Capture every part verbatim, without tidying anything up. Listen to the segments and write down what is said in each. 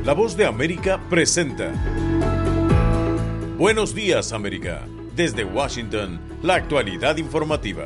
La Voz de América presenta Buenos Días, América. Desde Washington, la actualidad informativa.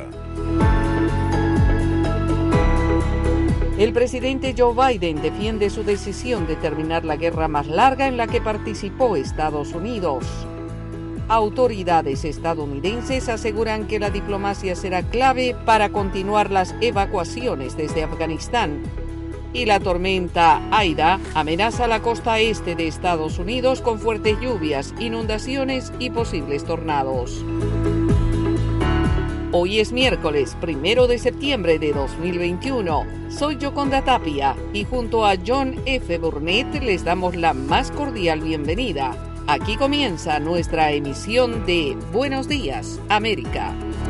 El presidente Joe Biden defiende su decisión de terminar la guerra más larga en la que participó Estados Unidos. Autoridades estadounidenses aseguran que la diplomacia será clave para continuar las evacuaciones desde Afganistán. Y la tormenta Aida amenaza la costa este de Estados Unidos con fuertes lluvias, inundaciones y posibles tornados. Hoy es miércoles, primero de septiembre de dos mil veintiuno. Soy Yoconda Tapia y junto a John F. Burnett les damos la más cordial bienvenida. Aquí comienza nuestra emisión de Buenos Días, América.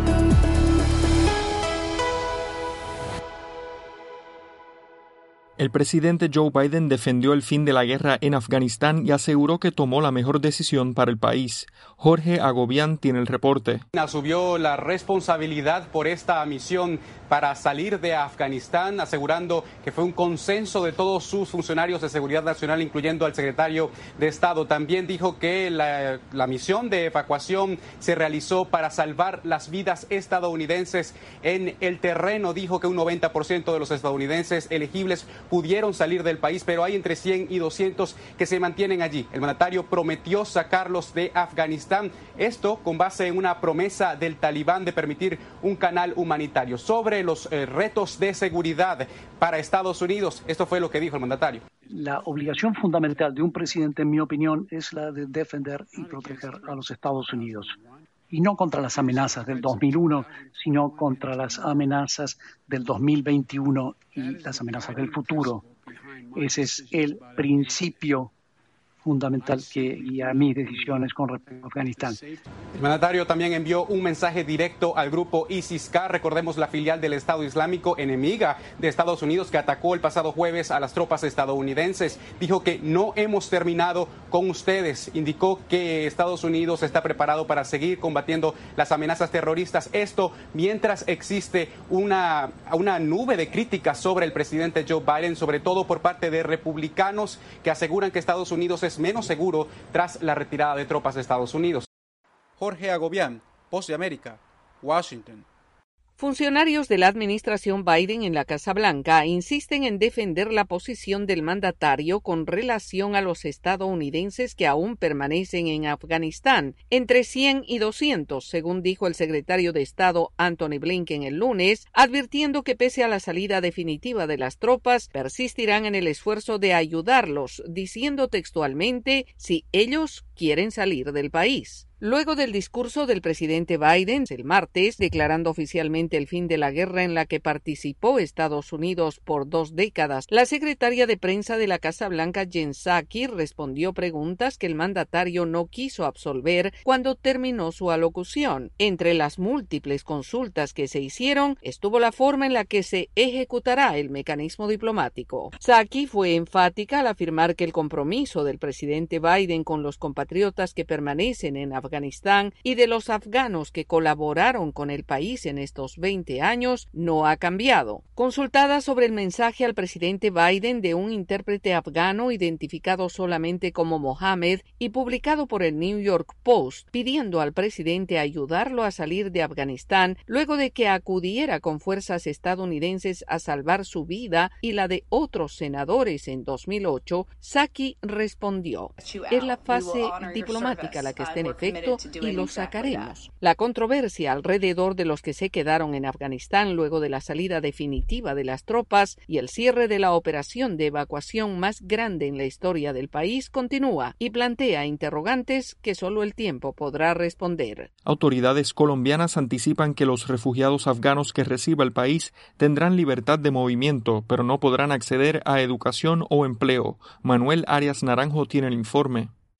El presidente Joe Biden defendió el fin de la guerra en Afganistán y aseguró que tomó la mejor decisión para el país. Jorge Agobián tiene el reporte. Asumió la responsabilidad por esta misión para salir de Afganistán, asegurando que fue un consenso de todos sus funcionarios de seguridad nacional, incluyendo al secretario de Estado. También dijo que la, la misión de evacuación se realizó para salvar las vidas estadounidenses en el terreno. Dijo que un noventa por ciento de los estadounidenses elegibles pudieron salir del país, pero hay entre cien y doscientos que se mantienen allí. El mandatario prometió sacarlos de Afganistán, esto con base en una promesa del Talibán de permitir un canal humanitario. Sobre los eh, retos de seguridad para Estados Unidos, esto fue lo que dijo el mandatario. La obligación fundamental de un presidente, en mi opinión, es la de defender y proteger a los Estados Unidos. Y no contra las amenazas del dos mil uno, sino contra las amenazas del dos mil veintiuno y las amenazas del futuro. Ese es el principio fundamental que guía mis decisiones con respecto a Afganistán. El mandatario también envió un mensaje directo al grupo ISIS-K, recordemos la filial del Estado Islámico enemiga de Estados Unidos que atacó el pasado jueves a las tropas estadounidenses. Dijo que no hemos terminado con ustedes. Indicó que Estados Unidos está preparado para seguir combatiendo las amenazas terroristas. Esto mientras existe una, una nube de críticas sobre el presidente Joe Biden, sobre todo por parte de republicanos que aseguran que Estados Unidos es menos seguro tras la retirada de tropas de Estados Unidos. Jorge Agobián, Voz de América, Washington. Funcionarios de la administración Biden en la Casa Blanca insisten en defender la posición del mandatario con relación a los estadounidenses que aún permanecen en Afganistán, entre cien y doscientos, según dijo el secretario de Estado Antony Blinken el lunes, advirtiendo que pese a la salida definitiva de las tropas, persistirán en el esfuerzo de ayudarlos, diciendo textualmente si ellos quieren salir del país. Luego del discurso del presidente Biden el martes, declarando oficialmente el fin de la guerra en la que participó Estados Unidos por dos décadas, la secretaria de prensa de la Casa Blanca, Jen Psaki, respondió preguntas que el mandatario no quiso absolver cuando terminó su alocución. Entre las múltiples consultas que se hicieron estuvo la forma en la que se ejecutará el mecanismo diplomático. Psaki fue enfática al afirmar que el compromiso del presidente Biden con los compatriotas que permanecen en Afganistán Afganistán y de los afganos que colaboraron con el país en estos veinte años no ha cambiado. Consultada sobre el mensaje al presidente Biden de un intérprete afgano identificado solamente como Mohammed y publicado por el New York Post, pidiendo al presidente ayudarlo a salir de Afganistán luego de que acudiera con fuerzas estadounidenses a salvar su vida y la de otros senadores en dos mil ocho, Psaki respondió: es la fase diplomática la que está en efecto y lo sacaremos. La controversia alrededor de los que se quedaron en Afganistán luego de la salida definitiva de las tropas y el cierre de la operación de evacuación más grande en la historia del país continúa y plantea interrogantes que solo el tiempo podrá responder. Autoridades colombianas anticipan que los refugiados afganos que reciba el país tendrán libertad de movimiento, pero no podrán acceder a educación o empleo. Manuel Arias Naranjo tiene el informe.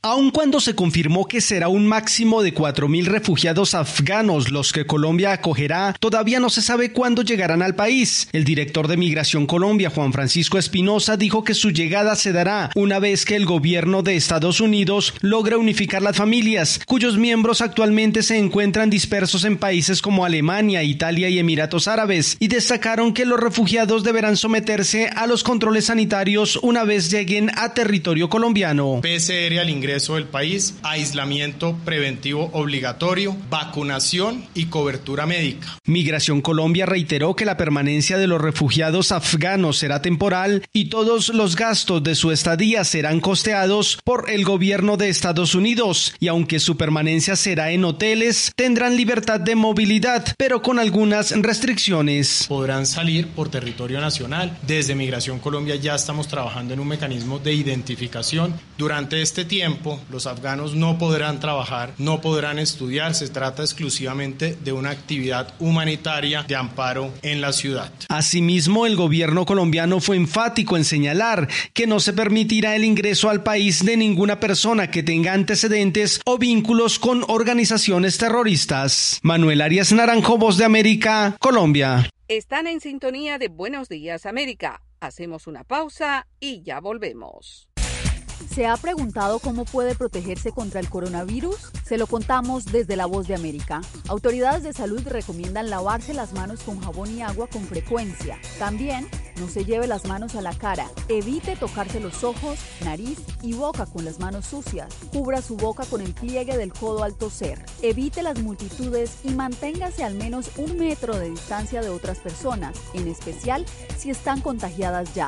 Aun cuando se confirmó que será un máximo de cuatro mil refugiados afganos los que Colombia acogerá, todavía no se sabe cuándo llegarán al país. El director de Migración Colombia, Juan Francisco Espinosa, dijo que su llegada se dará una vez que el gobierno de Estados Unidos logre unificar las familias, cuyos miembros actualmente se encuentran dispersos en países como Alemania, Italia y Emiratos Árabes, y destacaron que los refugiados deberán someterse a los controles sanitarios una vez lleguen a territorio colombiano. P C R al ingreso del país, aislamiento preventivo obligatorio, vacunación y cobertura médica. Migración Colombia reiteró que la permanencia de los refugiados afganos será temporal y todos los gastos de su estadía serán costeados por el gobierno de Estados Unidos, y aunque su permanencia será en hoteles, tendrán libertad de movilidad, pero con algunas restricciones. Podrán salir por territorio nacional. Desde Migración Colombia ya estamos trabajando en un mecanismo de identificación. Durante este tiempo, los afganos no podrán trabajar, no podrán estudiar. Se trata exclusivamente de una actividad humanitaria de amparo en la ciudad. Asimismo, el gobierno colombiano fue enfático en señalar que no se permitirá el ingreso al país de ninguna persona que tenga antecedentes o vínculos con organizaciones terroristas. Manuel Arias Naranjo, Voz de América, Colombia. Están en sintonía de Buenos Días América. Hacemos una pausa y ya volvemos. ¿Se ha preguntado cómo puede protegerse contra el coronavirus? Se lo contamos desde La Voz de América. Autoridades de salud recomiendan lavarse las manos con jabón y agua con frecuencia. También, no se lleve las manos a la cara. Evite tocarse los ojos, nariz y boca con las manos sucias. Cubra su boca con el pliegue del codo al toser. Evite las multitudes y manténgase al menos un metro de distancia de otras personas, en especial si están contagiadas ya.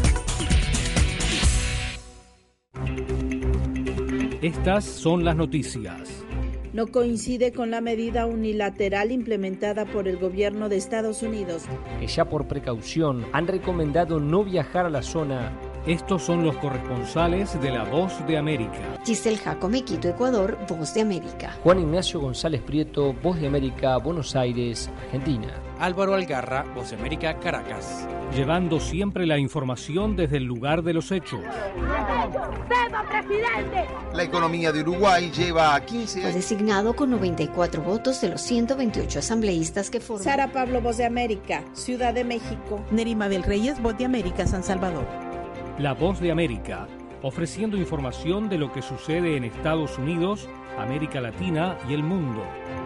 Estas son las noticias. No coincide con la medida unilateral implementada por el gobierno de Estados Unidos, que ya por precaución han recomendado no viajar a la zona. Estos son los corresponsales de La Voz de América. Giselle Jacome, Quito, Ecuador, Voz de América. Juan Ignacio González Prieto, Voz de América, Buenos Aires, Argentina. Álvaro Algarra, Voz de América, Caracas. Llevando siempre la información desde el lugar de los hechos. La economía de Uruguay lleva a quince años. Fue designado con noventa y cuatro votos de los ciento veintiocho asambleístas que forman. Sara Pablo, Voz de América, Ciudad de México. Nerima del Reyes, Voz de América, San Salvador. La Voz de América, ofreciendo información de lo que sucede en Estados Unidos, América Latina y el mundo.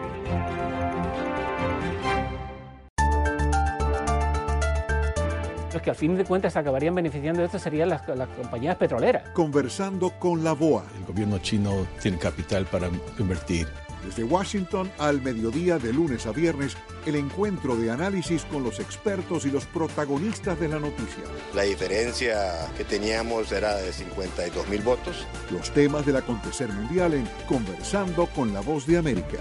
Los que al fin de cuentas acabarían beneficiando de esto serían las, las compañías petroleras. Conversando con la B O A. El gobierno chino tiene capital para invertir. Desde Washington al mediodía de lunes a viernes, el encuentro de análisis con los expertos y los protagonistas de la noticia. La diferencia que teníamos era de cincuenta y dos mil votos. Los temas del acontecer mundial en Conversando con la Voz de América.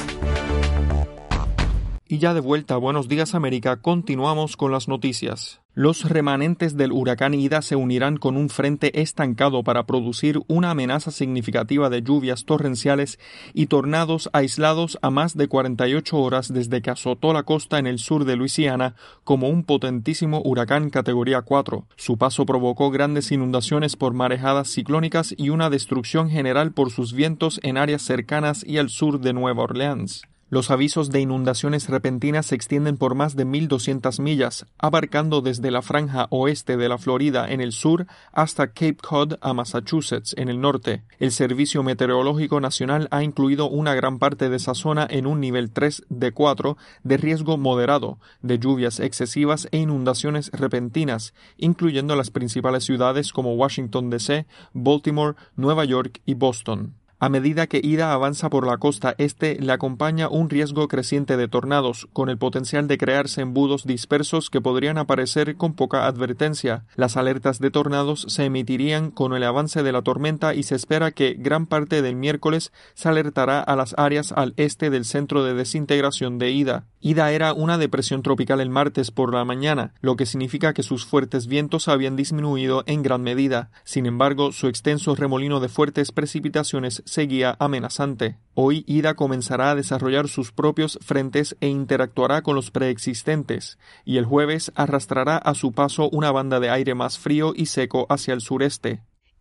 Y ya de vuelta a Buenos Días América, continuamos con las noticias. Los remanentes del huracán Ida se unirán con un frente estancado para producir una amenaza significativa de lluvias torrenciales y tornados aislados a más de cuarenta y ocho horas desde que azotó la costa en el sur de Luisiana como un potentísimo huracán categoría cuatro. Su paso provocó grandes inundaciones por marejadas ciclónicas y una destrucción general por sus vientos en áreas cercanas y al sur de Nueva Orleans. Los avisos de inundaciones repentinas se extienden por más de mil doscientas millas, abarcando desde la franja oeste de la Florida en el sur hasta Cape Cod a Massachusetts en el norte. El Servicio Meteorológico Nacional ha incluido una gran parte de esa zona en un nivel tres de cuatro de riesgo moderado de lluvias excesivas e inundaciones repentinas, incluyendo las principales ciudades como Washington D C, Baltimore, Nueva York y Boston. A medida que Ida avanza por la costa este, le acompaña un riesgo creciente de tornados, con el potencial de crearse embudos dispersos que podrían aparecer con poca advertencia. Las alertas de tornados se emitirían con el avance de la tormenta y se espera que gran parte del miércoles se alertará a las áreas al este del centro de desintegración de Ida. Ida era una depresión tropical el martes por la mañana, lo que significa que sus fuertes vientos habían disminuido en gran medida. Sin embargo, su extenso remolino de fuertes precipitaciones seguía amenazante. Hoy Ida comenzará a desarrollar sus propios frentes e interactuará con los preexistentes, y el jueves arrastrará a su paso una banda de aire más frío y seco hacia el sureste.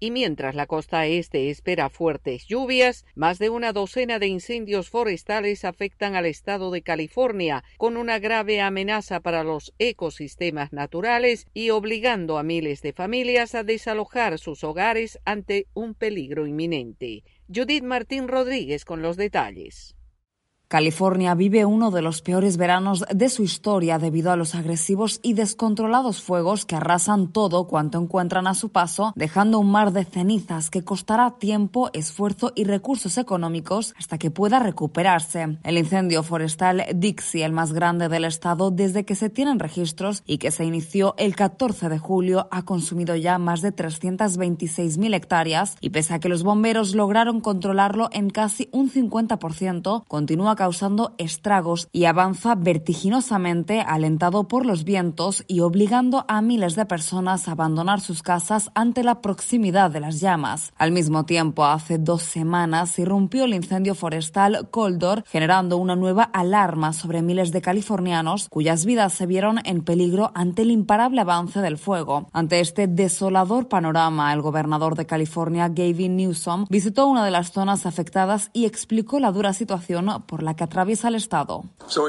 Y mientras la costa este espera fuertes lluvias, más de una docena de incendios forestales afectan al estado de California, con una grave amenaza para los ecosistemas naturales y obligando a miles de familias a desalojar sus hogares ante un peligro inminente. Judith Martín Rodríguez con los detalles. California vive uno de los peores veranos de su historia debido a los agresivos y descontrolados fuegos que arrasan todo cuanto encuentran a su paso, dejando un mar de cenizas que costará tiempo, esfuerzo y recursos económicos hasta que pueda recuperarse. El incendio forestal Dixie, el más grande del estado desde que se tienen registros y que se inició el catorce de julio, ha consumido ya más de trescientas veintiséis mil hectáreas y pese a que los bomberos lograron controlarlo en casi un cincuenta por ciento, continúa causando estragos y avanza vertiginosamente, alentado por los vientos y obligando a miles de personas a abandonar sus casas ante la proximidad de las llamas. Al mismo tiempo, hace dos semanas irrumpió el incendio forestal Coldor, generando una nueva alarma sobre miles de californianos cuyas vidas se vieron en peligro ante el imparable avance del fuego. Ante este desolador panorama, el gobernador de California, Gavin Newsom, visitó una de las zonas afectadas y explicó la dura situación por la que atraviesa el estado.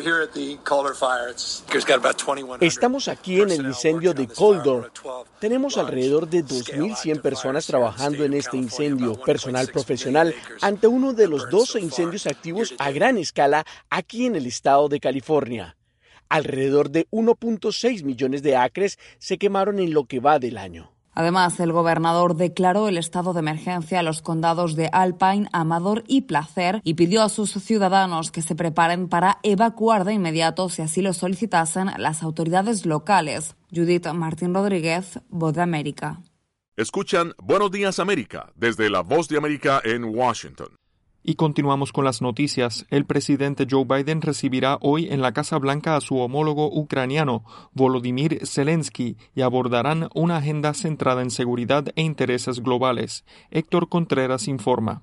Estamos aquí en el incendio de Coldor. Tenemos alrededor de dos mil cien personas trabajando en este incendio, personal profesional, ante uno de los doce incendios activos a gran escala aquí en el estado de California. Alrededor de uno punto seis millones de acres se quemaron en lo que va del año. Además, el gobernador declaró el estado de emergencia a los condados de Alpine, Amador y Placer y pidió a sus ciudadanos que se preparen para evacuar de inmediato si así lo solicitasen las autoridades locales. Judith Martín Rodríguez, Voz de América. Escuchan Buenos Días América desde la Voz de América en Washington. Y continuamos con las noticias. El presidente Joe Biden recibirá hoy en la Casa Blanca a su homólogo ucraniano, Volodymyr Zelensky, y abordarán una agenda centrada en seguridad e intereses globales. Héctor Contreras informa.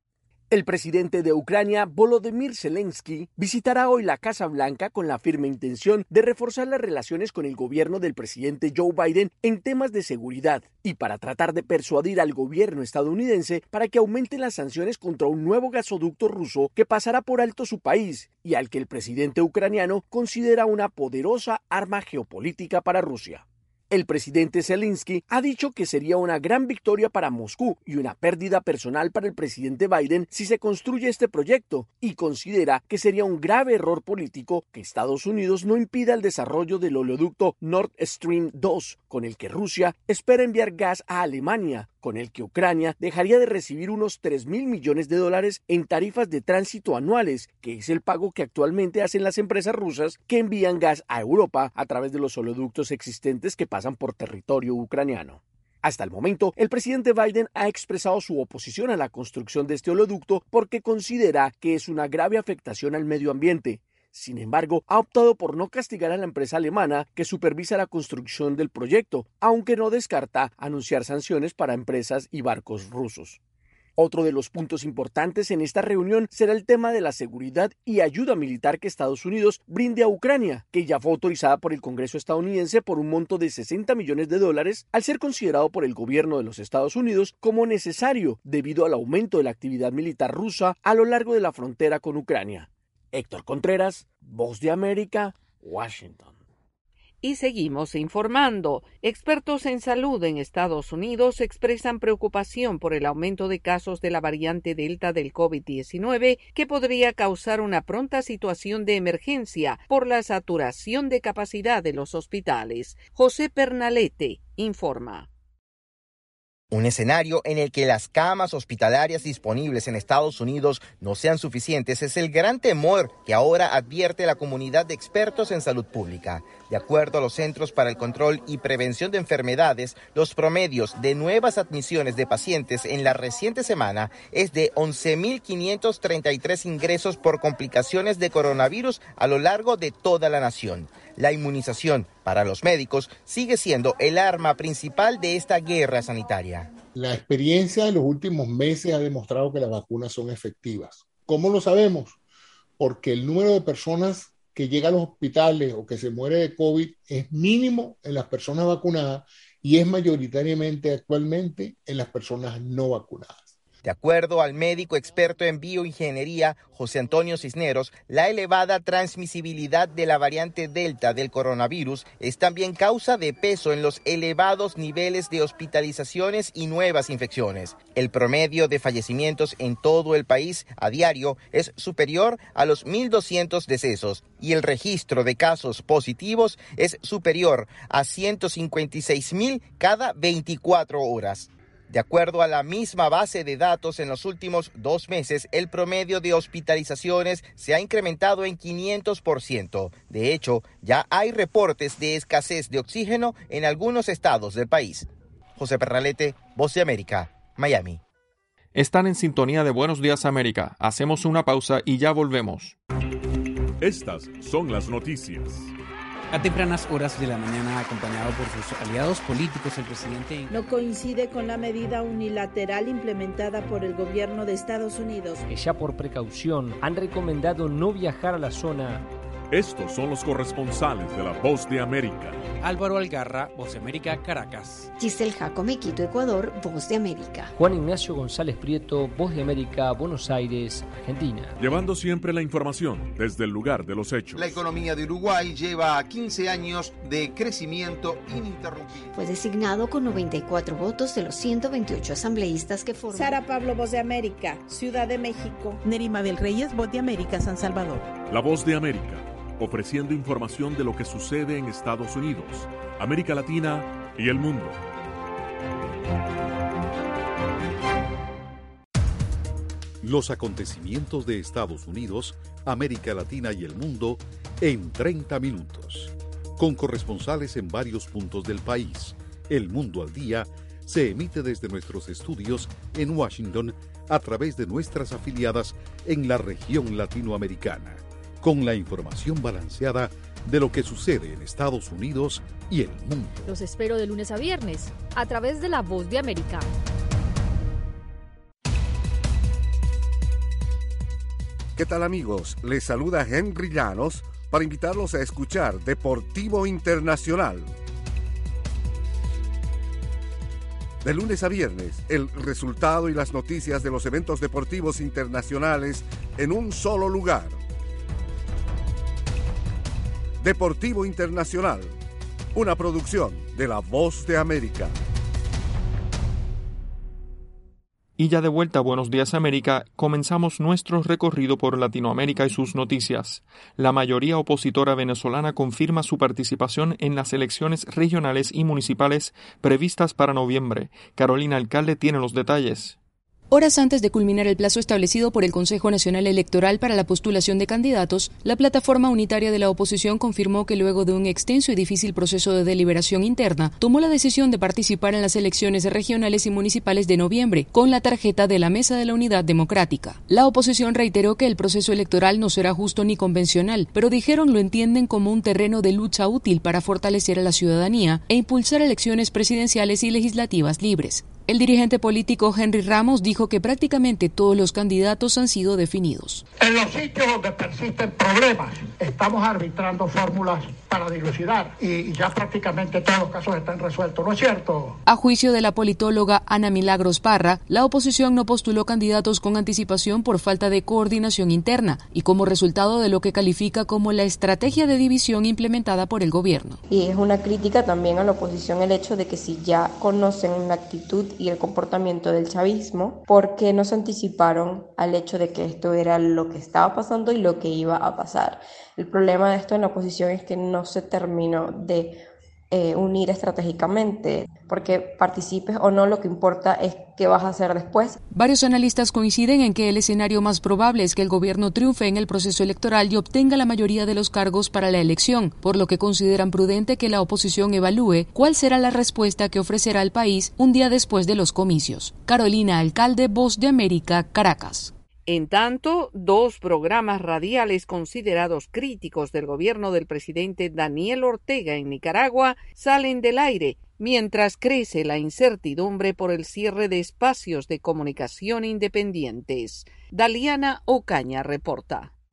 El presidente de Ucrania, Volodymyr Zelensky, visitará hoy la Casa Blanca con la firme intención de reforzar las relaciones con el gobierno del presidente Joe Biden en temas de seguridad y para tratar de persuadir al gobierno estadounidense para que aumenten las sanciones contra un nuevo gasoducto ruso que pasará por alto su país y al que el presidente ucraniano considera una poderosa arma geopolítica para Rusia. El presidente Zelensky ha dicho que sería una gran victoria para Moscú y una pérdida personal para el presidente Biden si se construye este proyecto, y considera que sería un grave error político que Estados Unidos no impida el desarrollo del oleoducto Nord Stream dos, con el que Rusia espera enviar gas a Alemania, con el que Ucrania dejaría de recibir unos tres mil millones de dólares en tarifas de tránsito anuales, que es el pago que actualmente hacen las empresas rusas que envían gas a Europa a través de los oleoductos existentes que pasan por territorio ucraniano. Hasta el momento, el presidente Biden ha expresado su oposición a la construcción de este oleoducto porque considera que es una grave afectación al medio ambiente. Sin embargo, ha optado por no castigar a la empresa alemana que supervisa la construcción del proyecto, aunque no descarta anunciar sanciones para empresas y barcos rusos. Otro de los puntos importantes en esta reunión será el tema de la seguridad y ayuda militar que Estados Unidos brinde a Ucrania, que ya fue autorizada por el Congreso estadounidense por un monto de sesenta millones de dólares, al ser considerado por el gobierno de los Estados Unidos como necesario debido al aumento de la actividad militar rusa a lo largo de la frontera con Ucrania. Héctor Contreras, Voz de América, Washington. Y seguimos informando. Expertos en salud en Estados Unidos expresan preocupación por el aumento de casos de la variante Delta del COVID diecinueve que podría causar una pronta situación de emergencia por la saturación de capacidad de los hospitales. José Pernalete informa. Un escenario en el que las camas hospitalarias disponibles en Estados Unidos no sean suficientes es el gran temor que ahora advierte la comunidad de expertos en salud pública. De acuerdo a los Centros para el Control y Prevención de Enfermedades, los promedios de nuevas admisiones de pacientes en la reciente semana es de once mil quinientos treinta y tres ingresos por complicaciones de coronavirus a lo largo de toda la nación. La inmunización para los médicos sigue siendo el arma principal de esta guerra sanitaria. La experiencia de los últimos meses ha demostrado que las vacunas son efectivas. ¿Cómo lo sabemos? Porque el número de personas que llega a los hospitales o que se muere de COVID es mínimo en las personas vacunadas y es mayoritariamente actualmente en las personas no vacunadas. De acuerdo al médico experto en bioingeniería, José Antonio Cisneros, la elevada transmisibilidad de la variante Delta del coronavirus es también causa de peso en los elevados niveles de hospitalizaciones y nuevas infecciones. El promedio de fallecimientos en todo el país a diario es superior a los mil doscientos decesos y el registro de casos positivos es superior a ciento cincuenta y seis mil cada veinticuatro horas. De acuerdo a la misma base de datos, en los últimos dos meses, el promedio de hospitalizaciones se ha incrementado en quinientos por ciento. De hecho, ya hay reportes de escasez de oxígeno en algunos estados del país. José Perralete, Voz de América, Miami. Están en sintonía de Buenos Días América. Hacemos una pausa y ya volvemos. Estas son las noticias. A tempranas horas de la mañana, acompañado por sus aliados políticos, el presidente no coincide con la medida unilateral implementada por el gobierno de Estados Unidos. Que ya por precaución han recomendado no viajar a la zona. Estos son los corresponsales de La Voz de América. Álvaro Algarra, Voz de América, Caracas. Giselle Jacome, Quito, Ecuador, Voz de América. Juan Ignacio González Prieto, Voz de América, Buenos Aires, Argentina. Llevando siempre la información desde el lugar de los hechos. La economía de Uruguay lleva quince años de crecimiento ininterrumpido. Fue designado con noventa y cuatro votos de los ciento veintiocho asambleístas que forman. Sara Pablo, Voz de América, Ciudad de México. Nerima del Reyes, Voz de América, San Salvador. La Voz de América, ofreciendo información de lo que sucede en Estados Unidos, América Latina y el mundo. Los acontecimientos de Estados Unidos, América Latina y el mundo en treinta minutos. Con corresponsales en varios puntos del país. El Mundo al Día se emite desde nuestros estudios en Washington a través de nuestras afiliadas en la región latinoamericana, con la información balanceada de lo que sucede en Estados Unidos y el mundo. Los espero de lunes a viernes, a través de La Voz de América. ¿Qué tal, amigos? Les saluda Henry Llanos para invitarlos a escuchar Deportivo Internacional. De lunes a viernes, el resultado y las noticias de los eventos deportivos internacionales en un solo lugar. Deportivo Internacional, una producción de La Voz de América. Y ya de vuelta a Buenos Días América, comenzamos nuestro recorrido por Latinoamérica y sus noticias. La mayoría opositora venezolana confirma su participación en las elecciones regionales y municipales previstas para noviembre. Carolina Alcalde tiene los detalles. Horas antes de culminar el plazo establecido por el Consejo Nacional Electoral para la postulación de candidatos, la plataforma unitaria de la oposición confirmó que luego de un extenso y difícil proceso de deliberación interna, tomó la decisión de participar en las elecciones regionales y municipales de noviembre, con la tarjeta de la Mesa de la Unidad Democrática. La oposición reiteró que el proceso electoral no será justo ni convencional, pero dijeron lo entienden como un terreno de lucha útil para fortalecer a la ciudadanía e impulsar elecciones presidenciales y legislativas libres. El dirigente político Henry Ramos dijo que prácticamente todos los candidatos han sido definidos. En los sitios donde persisten problemas, estamos arbitrando fórmulas para dilucidar y ya prácticamente todos los casos están resueltos, ¿no es cierto? A juicio de la politóloga Ana Milagros Parra, la oposición no postuló candidatos con anticipación por falta de coordinación interna y como resultado de lo que califica como la estrategia de división implementada por el gobierno. Y es una crítica también a la oposición el hecho de que si ya conocen la actitud y el comportamiento del chavismo, ¿por qué no se anticiparon al hecho de que esto era lo que estaba pasando y lo que iba a pasar? El problema de esto en la oposición es que no se terminó de eh, unir estratégicamente, porque participes o no, lo que importa es qué vas a hacer después. Varios analistas coinciden en que el escenario más probable es que el gobierno triunfe en el proceso electoral y obtenga la mayoría de los cargos para la elección, por lo que consideran prudente que la oposición evalúe cuál será la respuesta que ofrecerá al país un día después de los comicios. Carolina Alcalde, Voz de América, Caracas. En tanto, dos programas radiales considerados críticos del gobierno del presidente Daniel Ortega en Nicaragua salen del aire, mientras crece la incertidumbre por el cierre de espacios de comunicación independientes. Daliana Ocaña reporta.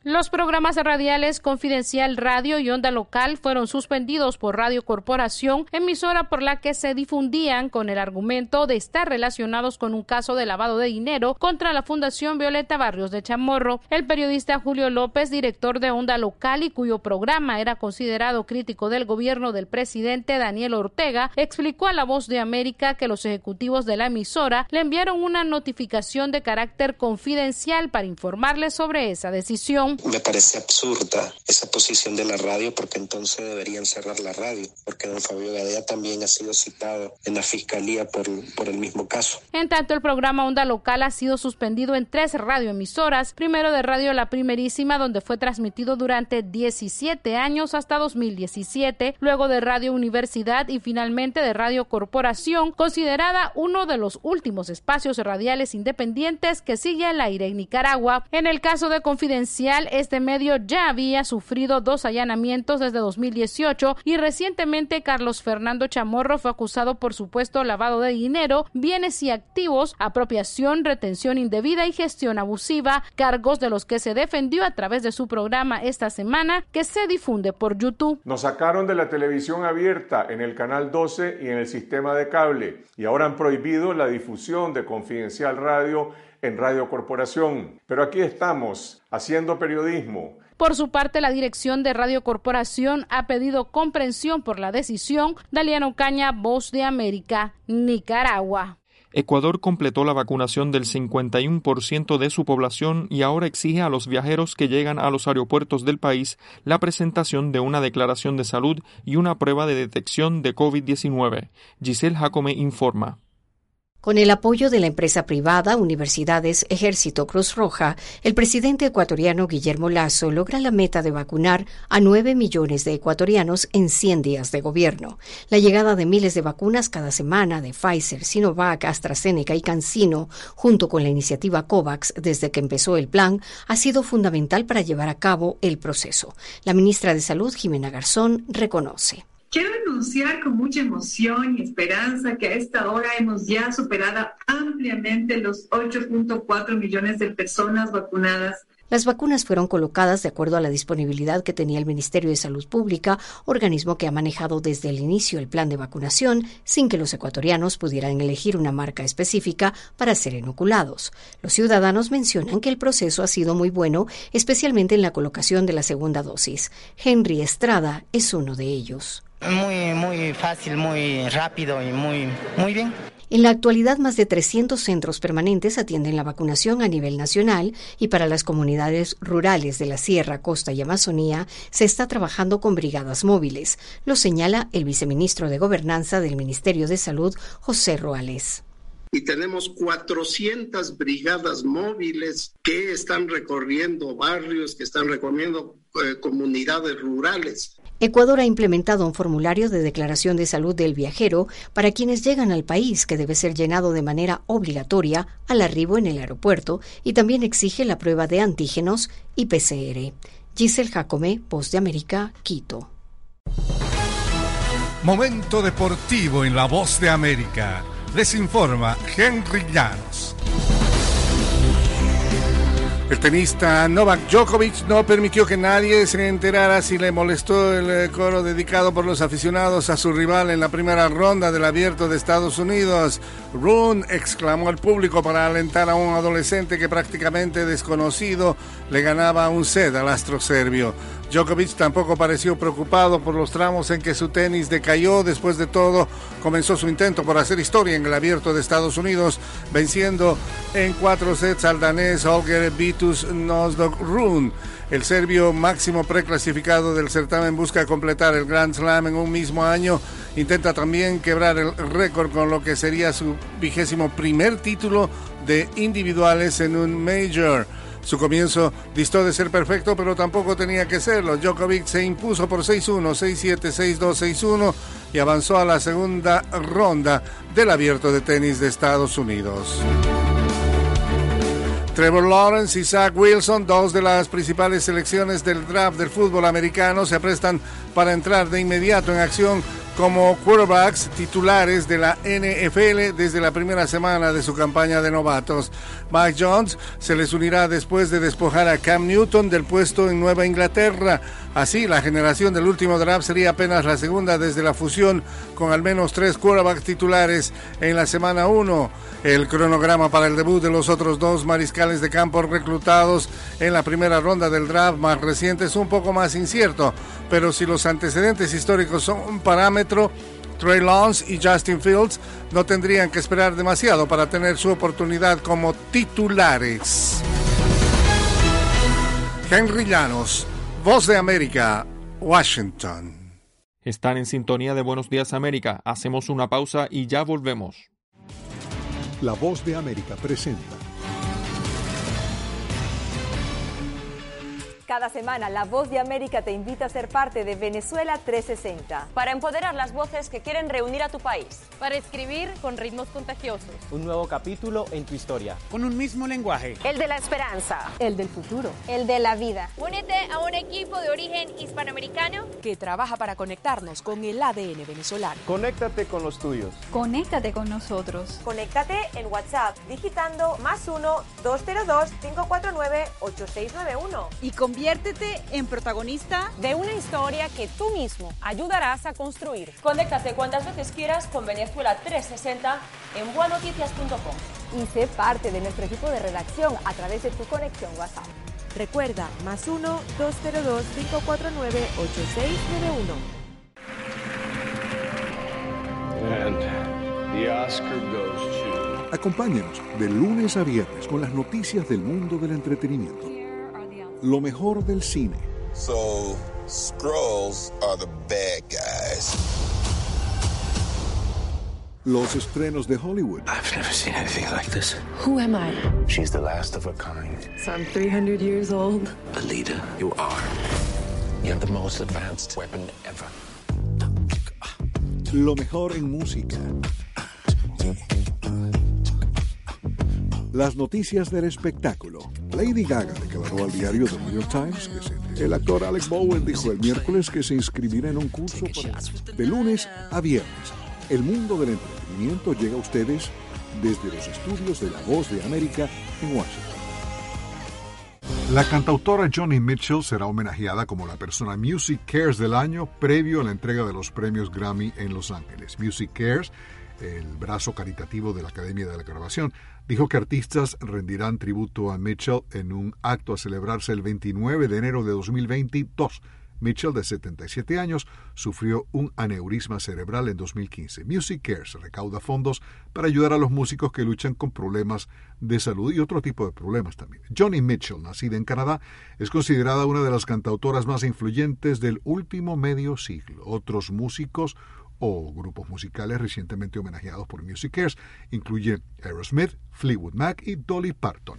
Los programas radiales Confidencial Radio y Onda Local fueron suspendidos por Radio Corporación, emisora por la que se difundían con el argumento de estar relacionados con un caso de lavado de dinero contra la Fundación Violeta Barrios de Chamorro. El periodista Julio López, director de Onda Local y cuyo programa era considerado crítico del gobierno del presidente Daniel Ortega, explicó a La Voz de América que los ejecutivos de la emisora le enviaron una notificación de carácter confidencial para informarle sobre esa decisión. Me parece absurda esa posición de la radio, porque entonces deberían cerrar la radio, porque don Fabio Gadea también ha sido citado en la fiscalía por, por el mismo caso. En tanto, el programa Onda Local ha sido suspendido en tres radioemisoras, primero de Radio La Primerísima, donde fue transmitido durante diecisiete años hasta dos mil diecisiete, luego de Radio Universidad y finalmente de Radio Corporación, considerada uno de los últimos espacios radiales independientes que sigue al aire en Nicaragua. En el caso de Confidencial, este medio ya había sufrido dos allanamientos desde dos mil dieciocho y recientemente Carlos Fernando Chamorro fue acusado por supuesto lavado de dinero, bienes y activos, apropiación, retención indebida y gestión abusiva, cargos de los que se defendió a través de su programa esta semana, que se difunde por YouTube. Nos sacaron de la televisión abierta en el canal doce y en el sistema de cable, y ahora han prohibido la difusión de Confidencial Radio en Radio Corporación. Pero aquí estamos, haciendo periodismo. Por su parte, la dirección de Radio Corporación ha pedido comprensión por la decisión. Daliano Caña, Voz de América, Nicaragua. Ecuador completó la vacunación del cincuenta y uno por ciento de su población y ahora exige a los viajeros que llegan a los aeropuertos del país la presentación de una declaración de salud y una prueba de detección de COVID diecinueve. Giselle Jacome informa. Con el apoyo de la empresa privada, universidades, Ejército, Cruz Roja, el presidente ecuatoriano Guillermo Lasso logra la meta de vacunar a nueve millones de ecuatorianos en cien días de gobierno. La llegada de miles de vacunas cada semana de Pfizer, Sinovac, AstraZeneca y CanSino, junto con la iniciativa COVAX desde que empezó el plan, ha sido fundamental para llevar a cabo el proceso. La ministra de Salud, Jimena Garzón, reconoce. Quiero anunciar con mucha emoción y esperanza que a esta hora hemos ya superado ampliamente los ocho punto cuatro millones de personas vacunadas. Las vacunas fueron colocadas de acuerdo a la disponibilidad que tenía el Ministerio de Salud Pública, organismo que ha manejado desde el inicio el plan de vacunación sin que los ecuatorianos pudieran elegir una marca específica para ser inoculados. Los ciudadanos mencionan que el proceso ha sido muy bueno, especialmente en la colocación de la segunda dosis. Henry Estrada es uno de ellos. Muy, muy fácil, muy rápido y muy, muy bien. En la actualidad, más de trescientos centros permanentes atienden la vacunación a nivel nacional y para las comunidades rurales de la Sierra, Costa y Amazonía se está trabajando con brigadas móviles, lo señala el viceministro de Gobernanza del Ministerio de Salud, José Roales. Y tenemos cuatrocientas brigadas móviles que están recorriendo barrios, que están recorriendo eh, comunidades rurales. Ecuador ha implementado un formulario de declaración de salud del viajero para quienes llegan al país que debe ser llenado de manera obligatoria al arribo en el aeropuerto y también exige la prueba de antígenos y P C R. Giselle Jacome, Voz de América, Quito. Momento deportivo en La Voz de América. Les informa Henry Llanos. El tenista Novak Djokovic no permitió que nadie se enterara si le molestó el coro dedicado por los aficionados a su rival en la primera ronda del Abierto de Estados Unidos. Rune, exclamó el público para alentar a un adolescente que prácticamente desconocido le ganaba un set al astro serbio. Djokovic tampoco pareció preocupado por los tramos en que su tenis decayó. Después de todo, comenzó su intento por hacer historia en el Abierto de Estados Unidos, venciendo en cuatro sets al danés Holger Vitus Nosdog Rune. El serbio, máximo preclasificado del certamen, busca completar el Grand Slam en un mismo año. Intenta también quebrar el récord con lo que sería su vigésimo primer título de individuales en un Major. Su comienzo distó de ser perfecto, pero tampoco tenía que serlo. Djokovic se impuso por seis uno, seis siete, seis dos, seis uno y avanzó a la segunda ronda del Abierto de Tenis de Estados Unidos. Trevor Lawrence y Zach Wilson, dos de las principales selecciones del draft del fútbol americano, se aprestan para entrar de inmediato en acción como quarterbacks titulares de la N F L desde la primera semana de su campaña de novatos. Mike Jones se les unirá después de despojar a Cam Newton del puesto en Nueva Inglaterra. Así, la generación del último draft sería apenas la segunda desde la fusión con al menos tres quarterbacks titulares en la semana uno. El cronograma para el debut de los otros dos mariscales de campo reclutados en la primera ronda del draft más reciente es un poco más incierto, pero si los antecedentes históricos son un parámetro, Trey Lance y Justin Fields no tendrían que esperar demasiado para tener su oportunidad como titulares. Henry Llanos, Voz de América, Washington. Están en sintonía de Buenos Días América. Hacemos una pausa y ya volvemos. La Voz de América presenta. Cada semana, La Voz de América te invita a ser parte de Venezuela trescientos sesenta. Para empoderar las voces que quieren reunir a tu país. Para escribir con ritmos contagiosos. Un nuevo capítulo en tu historia. Con un mismo lenguaje. El de la esperanza. El del futuro. El de la vida. Únete a un equipo de origen hispanoamericano que trabaja para conectarnos con el A D N venezolano. Conéctate con los tuyos. Conéctate con nosotros. Conéctate en WhatsApp digitando más uno, dos cero dos, cinco cuatro nueve, ocho seis nueve uno. Y con Conviértete en protagonista de una historia que tú mismo ayudarás a construir. Conéctate cuantas veces quieras con Venezuela trescientos sesenta en bua noticias punto com. Y sé parte de nuestro equipo de redacción a través de tu conexión WhatsApp. Recuerda, más uno, dos cero dos, cinco cuatro nueve, ocho seis nueve uno. And the Oscar goes to... Acompáñanos de lunes a viernes con las noticias del mundo del entretenimiento. Lo mejor del cine. So, Skrulls are the bad guys. Los estrenos de Hollywood. I've never seen anything like this. Who am I? She's the last of her kind. So I'm three hundred years old. Alita, you are. You have the most advanced weapon ever. Lo mejor en música. Las noticias del espectáculo. Lady Gaga declaró al diario The New York Times que se... El actor Alec Bowen dijo el miércoles que se inscribirá en un curso para... De lunes a viernes, el mundo del entretenimiento llega a ustedes desde los estudios de La Voz de América en Washington. La cantautora Joni Mitchell será homenajeada como la persona Music Cares del año previo a la entrega de los premios Grammy en Los Ángeles. Music Cares, el brazo caritativo de la Academia de la Grabación, dijo que artistas rendirán tributo a Mitchell en un acto a celebrarse el veintinueve de enero de dos mil veintidós. Mitchell, de setenta y siete años, sufrió un aneurisma cerebral en dos mil quince. Music Cares recauda fondos para ayudar a los músicos que luchan con problemas de salud y otro tipo de problemas también. Joni Mitchell, nacida en Canadá, es considerada una de las cantautoras más influyentes del último medio siglo. Otros músicos o grupos musicales recientemente homenajeados por Music Cares incluyen Aerosmith, Fleetwood Mac y Dolly Parton.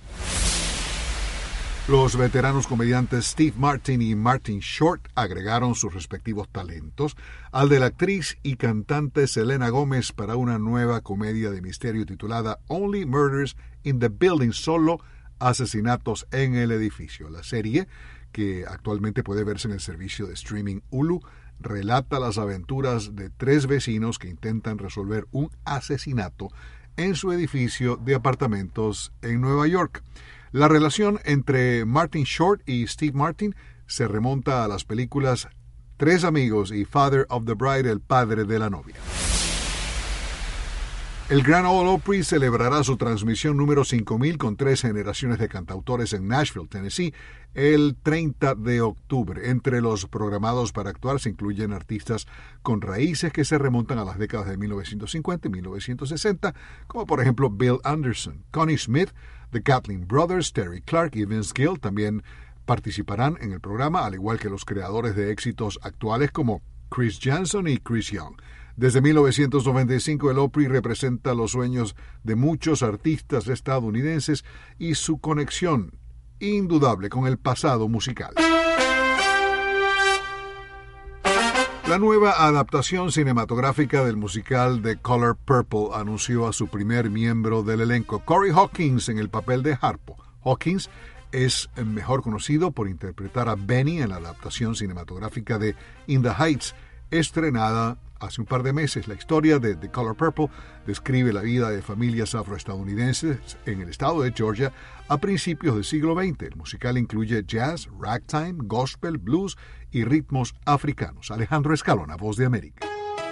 Los veteranos comediantes Steve Martin y Martin Short agregaron sus respectivos talentos al de la actriz y cantante Selena Gómez para una nueva comedia de misterio titulada Only Murders in the Building, solo asesinatos en el edificio. La serie, que actualmente puede verse en el servicio de streaming Hulu, relata las aventuras de tres vecinos que intentan resolver un asesinato en su edificio de apartamentos en Nueva York. La relación entre Martin Short y Steve Martin se remonta a las películas Tres amigos y Father of the Bride, el padre de la novia. El Grand Ole Opry celebrará su transmisión número cinco mil con tres generaciones de cantautores en Nashville, Tennessee, el treinta de octubre. Entre los programados para actuar se incluyen artistas con raíces que se remontan a las décadas de mil novecientos cincuenta y mil novecientos sesenta, como por ejemplo Bill Anderson, Connie Smith, The Kathleen Brothers, Terry Clark y Vince Gill. También participarán en el programa, al igual que los creadores de éxitos actuales como Chris Janson y Chris Young. Desde mil novecientos noventa y cinco, el Opry representa los sueños de muchos artistas estadounidenses y su conexión indudable con el pasado musical. La nueva adaptación cinematográfica del musical The Color Purple anunció a su primer miembro del elenco, Corey Hawkins, en el papel de Harpo. Hawkins es mejor conocido por interpretar a Benny en la adaptación cinematográfica de In the Heights, estrenada hace un par de meses. La historia de The Color Purple describe la vida de familias afroestadounidenses en el estado de Georgia a principios del siglo veinte. El musical incluye jazz, ragtime, gospel, blues y ritmos africanos. Alejandro Escalona, Voz de América.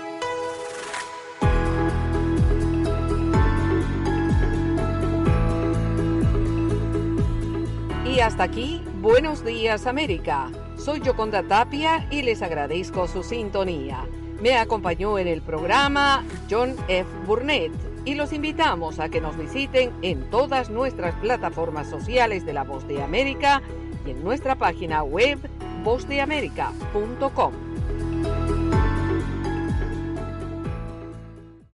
Y hasta aquí, Buenos Días América. Soy Yoconda Tapia y les agradezco su sintonía. Me acompañó en el programa John F. Burnett y los invitamos a que nos visiten en todas nuestras plataformas sociales de La Voz de América y en nuestra página web voz de américa punto com.